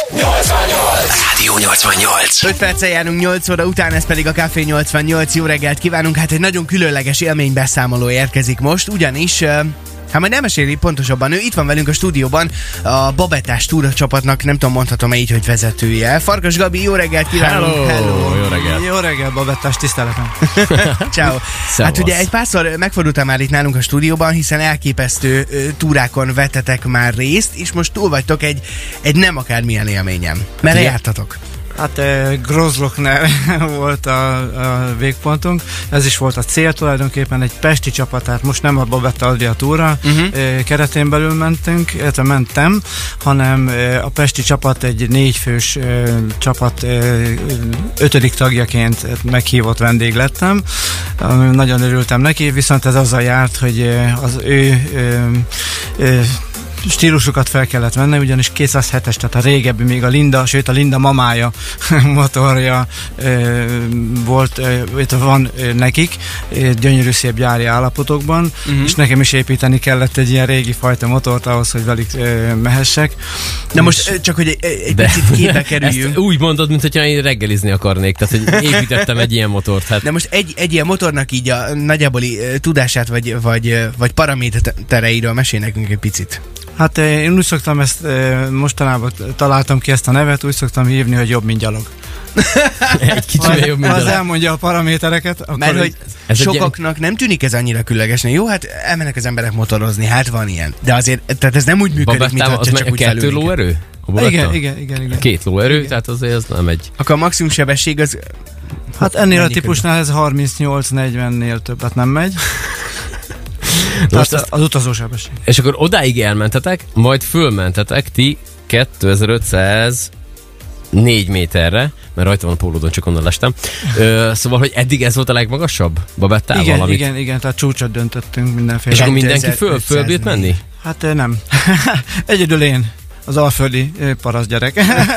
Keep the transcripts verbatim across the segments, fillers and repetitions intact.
nyolcvannyolc Rádió nyolcvannyolc. öt perccel járunk nyolc óra után, ez pedig a Café nyolcvannyolc. Jó reggelt kívánunk, hát egy nagyon különleges élménybeszámoló érkezik most, ugyanis... Hát majd elmeséli pontosabban, ő itt van velünk a stúdióban, a Babettás túracsapatnak, nem tudom, mondhatom-e így, hogy vezetője. Farkas Gabi, jó reggelt kívánunk! Hello! Hello. Jó reggelt! Jó reggelt, Babettás, tiszteletem! Ciao. Hát ugye egy párszor megfordultam már itt nálunk a stúdióban, hiszen elképesztő túrákon vettetek már részt, és most túl vagytok egy, egy nem akármilyen élményem. Merre Igen. jártatok? Hát eh, Grozloknál volt a, a végpontunk, ez is volt a cél tulajdonképpen, egy pesti csapat, tehát most nem a Babetta Adria túra uh-huh. eh, keretén belül mentünk, illetve mentem, hanem eh, a pesti csapat egy négyfős eh, csapat eh, ötödik tagjaként meghívott vendég lettem, nagyon örültem neki, viszont ez azzal járt, hogy eh, az ő eh, eh, stílusukat fel kellett venni, ugyanis kétszázhetes, tehát a régebbi, még a Linda, sőt a Linda mamája motorja e, volt, e, van e, nekik, e, gyönyörű szép gyári állapotokban, uh-huh. és nekem is építeni kellett egy ilyen régi fajta motort ahhoz, hogy velük e, mehessek. Na most csak, hogy egy, egy picit képbe kerüljünk. Úgy mondod, mint hogyha én reggelizni akarnék, tehát hogy építettem egy ilyen motort. Hát. De most egy, egy ilyen motornak így a nagyjáboli uh, tudását, vagy, vagy, vagy paramétereiről mesél nekünk egy picit. Hát én úgy szoktam ezt, mostanában találtam ki ezt a nevet, úgy szoktam hívni, hogy jobb, mint gyalog. Egy kicsit jobb, mint az gyalog. elmondja a paramétereket, akkor... Mert hogy ez sokaknak nem tűnik ez annyira különlegesnek. Jó, hát elmennek az emberek motorozni, hát van ilyen. De azért, tehát ez nem úgy működik, mint az csak úgy kettő lóerő? Igen, igen, igen, igen. Két lóerő, igen. Tehát azért ez nem egy... Akkor a maximum sebesség az... Hát ennél a típusnál ez harmincnyolc negyvennél többet nem megy. Most az, az utazósebesség. És akkor odáig elmentetek, majd fölmentetek ti kétezer-ötszáz négy méterre, mert rajta van a pólódon, csak onnan lestem. Ö, szóval, hogy eddig ez volt a legmagasabb? Babettál igen, valamit? igen, igen, tehát csúcsot döntöttünk mindenféle. És akkor mindenki föl, fölbírt menni? Hát nem. Egyedül én. Az alföldi parasz gyerek.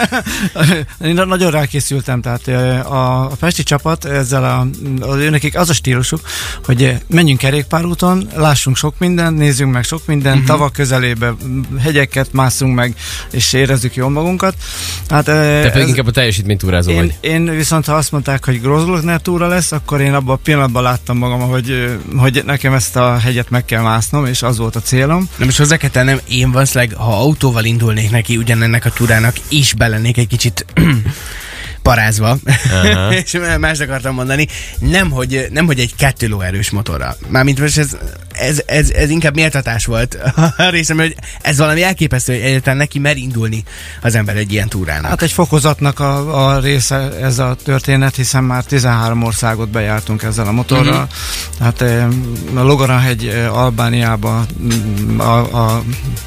Én nagyon rákészültem, tehát a, a pesti csapat ezzel a, az őnekik az a stílusuk, hogy menjünk kerékpárúton, lássunk sok mindent, nézzünk meg sok mindent, uh-huh. tavak közelébe, hegyeket másszunk meg, és érezzük jól magunkat. Hát, Te pedig inkább a teljesítménytúrázó én, vagy. Én viszont, ha azt mondták, hogy Grozloknál túra lesz, akkor én abban a pillanatban láttam magam, hogy, hogy nekem ezt a hegyet meg kell másznom, és az volt a célom. Na most hozzá kell tennem, én valószínűleg, ha autóval indul neki ugyanennek a túrának is belennék egy kicsit parázva, uh-huh. és mást akartam mondani, nemhogy, nemhogy egy kettő lóerős motorral. Mármint most ez, ez, ez, ez inkább méltatás volt a részemről, hogy ez valami elképesztő, hogy egyáltalán neki mer indulni az ember egy ilyen túrának. Hát egy fokozatnak a, a része ez a történet, hiszen már tizenhárom országot bejártunk ezzel a motorral. Uh-huh. Hát a Logaran-hegy Albániába, a, a, a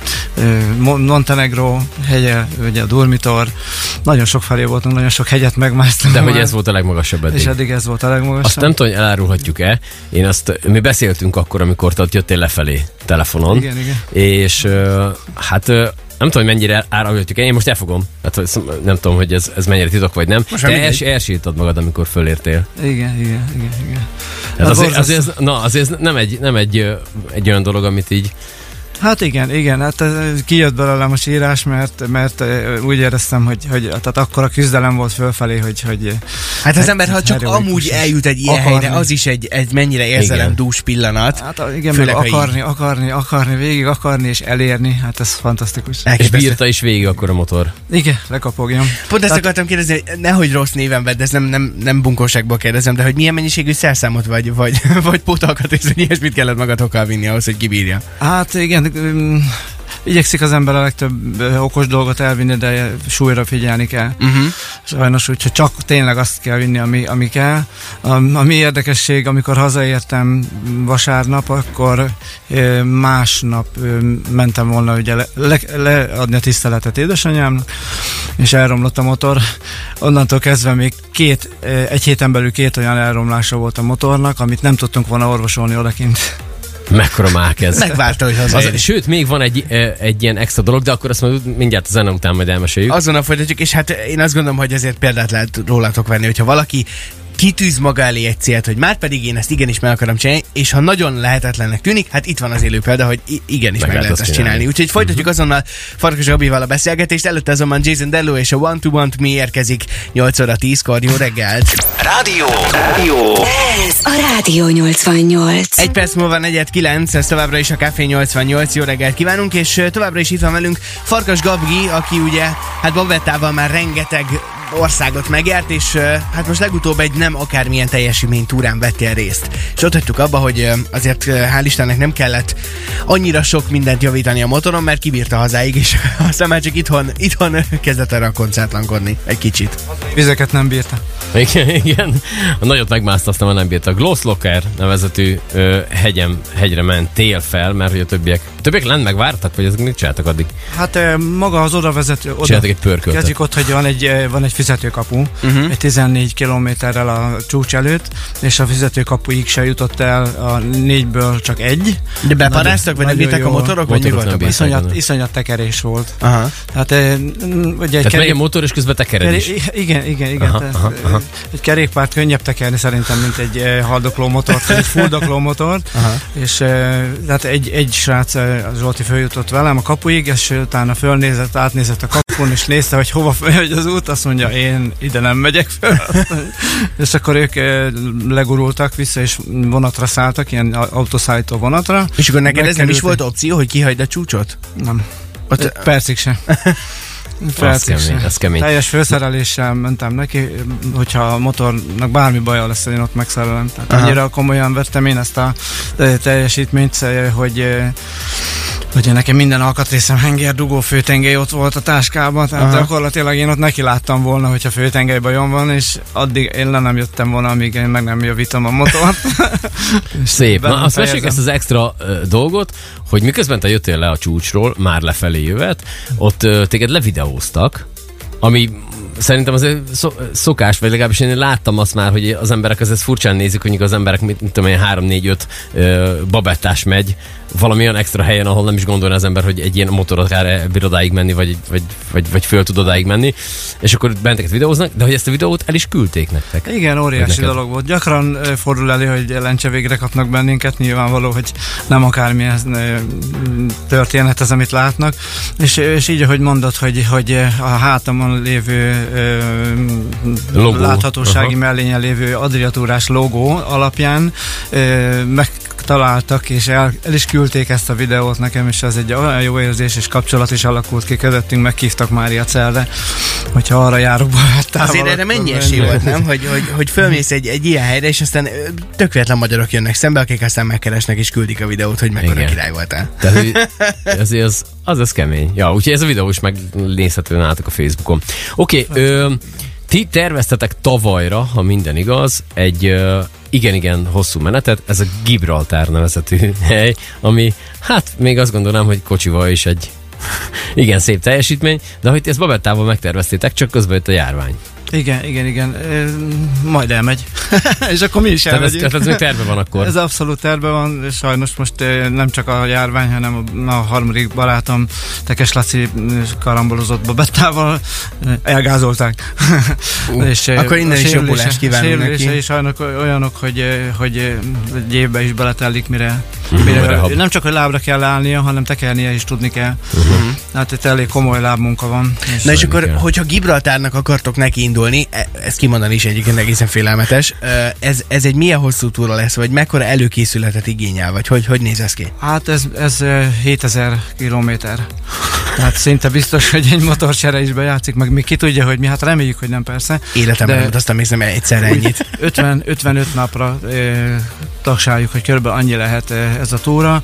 Montenegro hegye, ugye a Durmitor, nagyon sok felé voltunk, nagyon sok hegyet megmásztunk. De hogy ez volt a legmagasabb eddig. És eddig ez volt a legmagasabb. Azt nem tudom, hogy elárulhatjuk-e. Én azt, mi beszéltünk akkor, amikor te ott jöttél lefelé telefonon. Igen, igen. És uh, hát uh, nem tudom, hogy mennyire árulhatjuk-e. Én most elfogom. Hát, nem tudom, hogy ez, ez mennyire titok vagy nem. Most te els, elsírtad magad, amikor fölértél. Igen, igen, igen, igen. Hát azért, azért, ez, na, azért ez nem egy, nem egy, egy olyan dolog, amit így... Hát igen, igen, hát kijött belőlem a sírás, mert, mert úgy éreztem, hogy, hogy tehát akkor a küzdelem volt fölfelé, hogy... hogy hát az ember, ha csak amúgy eljut egy ilyen akarni. helyre, az is egy, egy mennyire érzelemdús pillanat. Hát igen, meg akarni, akarni, akarni, végig akarni és elérni, hát ez fantasztikus. És bírta is végig akkor a motor. Igen, lekapogjam. Pont ezt tehát... akartam kérdezni, hogy nehogy rossz néven vedd, ez nem, nem, nem bunkóságból kérdezem, de hogy milyen mennyiségű szerszámot vagy, vagy, vagy potalkat, és ilyesmit kellett magatokkal vinni ahhoz, hogy kibírja. Hát igen, igyekszik az ember a legtöbb okos dolgot elvinni, de súlyra figyelni kell. Uh-huh. Sajnos, úgyhogy csak tényleg azt kell vinni, ami, ami kell. A, ami érdekesség, amikor hazaértem vasárnap, akkor másnap mentem volna ugye le, le, leadni a tiszteletet édesanyámnak, és elromlott a motor. Onnantól kezdve még két, egy héten belül két olyan elromlása volt a motornak, amit nem tudtunk volna orvosolni odakint. Mekkora mák ez. Megvárta, hogy hazaér. Sőt, még van egy, egy ilyen extra dolog, de akkor azt majd mindjárt a zene után majd elmeséljük. Azonnal folytatjuk, és hát én azt gondolom, hogy ezért példát lehet rólatok venni, hogyha valaki kitűz maga elé egy célt, hogy már pedig én ezt igenis meg akarom csinálni, és ha nagyon lehetetlennek tűnik, hát itt van az élő példa, hogy igenis meg, meg lehet ezt csinálni. csinálni. Úgyhogy folytatjuk uh-huh. azonnal Farkas Gabival a beszélgetést, előtte azonban Jason Derulo és a One to Want Me érkezik nyolc óra tízkor. Jó reggelt! Rádió! Rádió! Ez a Rádió nyolcvannyolc. Egy perc múlva negyed kilenc, ez továbbra is a Café nyolcvannyolc. Jó reggelt kívánunk, és továbbra is itt van velünk Farkas Gabi, aki ugye hát Babettával már rengeteg országot megjárt, és uh, hát most legutóbb egy nem akármilyen teljesítmény túrán vettél részt. És ott hagytuk abba, hogy uh, azért uh, hál' Istennek nem kellett annyira sok mindent javítani a motoron, mert kibírta hazáig, és aztán már csak itthon, itthon kezdett erre a koncertlankodni egy kicsit. Vizeket nem bírta. Igen, igen. A nagyot megmászta, aztán nem bírta. Glosslocker nevezetű ö, hegyem, hegyre ment tél fel, mert hogy a többiek, többiek lent megvártak, vagy ezek mit csináltak addig? Hát maga az oda vezető, oda csináltak egy pörköltet. Kezdjük ott, hogy van egy, van egy fizetőkapu, uh-huh. egy tizennégy kilométerrel a csúcs előtt, és a fizetőkapuig se jutott el a négyből csak egy. De beparáztak, vagy nem bírtak a motorok, vagy mi volt a iszonyat, iszonyat tekerés volt. Aha. Hát, ugye Tehát kerék... megy a motor, és közben tekered is. Igen, igen, igen. Aha, aha, aha. Egy kerékpárt könnyebb tekerni szerintem, mint egy haldokló motort, vagy egy fuldokló motort. Aha. És tehát egy, egy srác, Zsolti följutott velem a kapuig, és utána fölnézett, átnézett a kapun, és nézte, hogy hova megy az út, azt mondja, én ide nem megyek föl. És akkor ők legurultak vissza, és vonatra szálltak, ilyen autószállító vonatra. És akkor neked ez nem is volt opció, hogy kihagyd a csúcsot? Nem. Ott egy percig se. Ez kemény, ez kemény. Teljes főszereléssel mentem neki, hogyha a motornak bármi baja lesz, én ott megszerelem. Tehát Aha. annyira komolyan vettem én ezt a teljesítményt, hogy hogy nekem minden alkatrészem, henger, dugó, főtengely ott volt a táskában, tehát Aha. gyakorlatilag én ott neki láttam volna, hogyha főtengely bajom van, és addig én le nem jöttem volna, amíg én meg nem javítom a motort. Szép. Na, azt meséljük ezt az extra uh, dolgot, hogy miközben te jöttél le a csúcsról, már lefelé jövet, ott uh, téged levideóztak, ami szerintem azért szokás, vagy legalábbis én láttam azt már, hogy az emberek az ezt furcsán nézik, hogy az emberek, mit, mit tudom én, három négy öt babettás megy valami olyan extra helyen, ahol nem is gondolna az ember, hogy egy ilyen motor akár bír odáig menni, vagy, vagy, vagy, vagy föl tud odáig menni, és akkor benteket videóznak, de hogy ezt a videót el is küldték nektek. Igen, óriási dolog volt. Gyakran fordul elő, hogy lencse végre kapnak bennünket, nyilvánvaló, hogy nem akármilyen történet ez, amit látnak, és, és így, ahogy mondod, hogy, hogy a hátamon lévő Logó. láthatósági Aha. mellényen lévő adriatúrás logó alapján ö, megtaláltak, és el, el is küldték ezt a videót nekem, és ez egy olyan jó érzés, és kapcsolat is alakult ki közöttünk, meghívtak Máriacelre, hogyha arra járok Babettával. Azért erre mennyi esély volt, nem? Hogy, hogy, hogy fölmész egy, egy ilyen helyre, és aztán tök véletlen magyarok jönnek szembe, akik aztán megkeresnek, és küldik a videót, hogy mekkora király voltál. Tehát azért az, az, az kemény. Ja, úgyhogy ez a videó is megnézhető nálatok a Facebookon. Oké, okay, ti terveztetek tavalyra, ha minden igaz, egy ö, igen-igen hosszú menetet, ez a Gibraltár nevezetű hely, ami hát még azt gondolnám, hogy kocsival is egy igen szép teljesítmény, de hogy ti ezt Babettával megterveztétek, csak közben jött a járvány. Igen, igen, igen. E, majd elmegy. És akkor mi is elmegyünk. Tehát ez, ez még terve van akkor? Ez abszolút terve van, sajnos most nem csak a járvány, hanem a, a harmadik barátom, Tekes Laci karambolozott Babettával, elgázolták. Uh, és akkor innen is jobbulást kívánunk neki. És sajnos olyanok, hogy, hogy egy évbe is beletellik, mire, mire nem csak, hogy lábra kell állnia, hanem tekernie is tudni kell. Uh-huh. Hát itt elég komoly lábmunka van. És Na és akkor, kell. hogyha Gibraltárnak akartok neki indulni, ezt kimondani is egyébként egészen félelmetes, ez, ez egy milyen hosszú túra lesz, vagy mekkora előkészületet igényel, vagy hogy, hogy néz ez ki? Hát ez, ez hétezer kilométer. Tehát szinte biztos, hogy egy motorcsere is bejátszik, meg még ki tudja, hogy mi, hát reméljük, hogy nem persze. Életemben nem utaztam még nem egyszerre ennyit. ötven, ötvenöt napra e, tagsáljuk, hogy körülbelül annyi lehet ez a túra.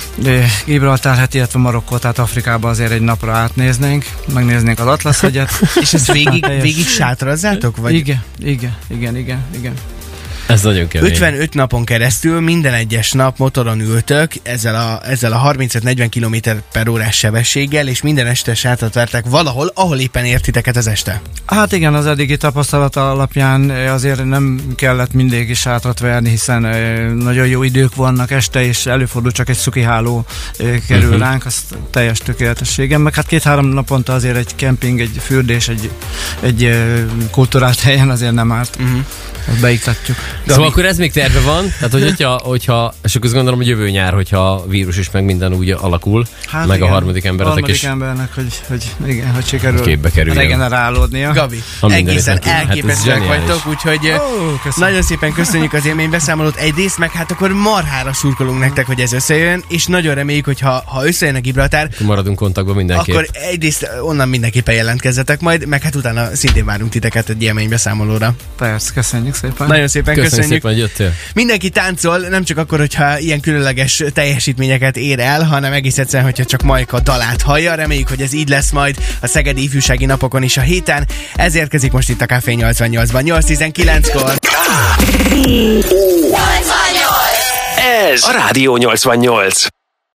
Gibraltár, hát illetve Marokkó, tehát Afrikába azért egy napra átnéznénk, megnéznénk az Atlasz-hegyet. És ezt végig, végig sátrazzátok? Vagy? Igen, igen, igen, igen, igen. Ez nagyon kemény. ötvenöt napon keresztül minden egyes nap motoron ültök ezzel a, ezzel a harmincöt-negyven kilométer per órás sebességgel, és minden este sátrat vertek valahol, ahol éppen értiteket az este. Hát igen, az eddigi tapasztalata alapján azért nem kellett mindig is sátrat verni, hiszen nagyon jó idők vannak este, és előfordul csak egy szukiháló kerül uh-huh. ránk, az teljes tökéletességem. Meg hát két-három naponta azért egy kemping, egy fürdés, egy, egy kulturált helyen azért nem árt. Uh-huh. beiktatjuk. Szóval akkor ez még terve van, tehát hogy hogyha, hogyha és akkor azt gondolom, hogy jövő nyár, hogyha a vírus is meg minden úgy alakul, Hát meg igen, a harmadik emberetek harmadik is embernek, hogy, hogy igen, hogy sikerül képbe kerüljön. regenerálódnia. Gabi, Ha mindenit egészen neki. Hát ez elképesztőek zseniális. vagytok, úgyhogy Ó, oh, köszönöm. nagyon szépen köszönjük az élménybeszámolót egyrészt, meg hát akkor marhára szurkolunk nektek, hogy ez összejön, és nagyon reméljük, hogy ha, ha összejön a Gibraltár, Akkor maradunk kontaktban mindenképp. akkor egyrészt onnan mindenképpen jelentkezzetek majd, meg hát utána szintén várunk titeket egy élménybeszámolóra. Persze, köszönjük szépen. Nagyon szépen Köszönjük, köszönjük. szépen, hogy jöttél. Mindenki táncol, nem csak akkor, hogyha ilyen különleges teljesítményeket ér el, hanem egész egyszerűen, hogyha csak Majka dalát hallja. Reméljük, hogy ez így lesz majd a Szegedi Ifjúsági Napokon is a héten. Ez érkezik most itt a Café nyolcvannyolcban, nyolc tizenkilenckor. Ez a Rádió nyolcvannyolc.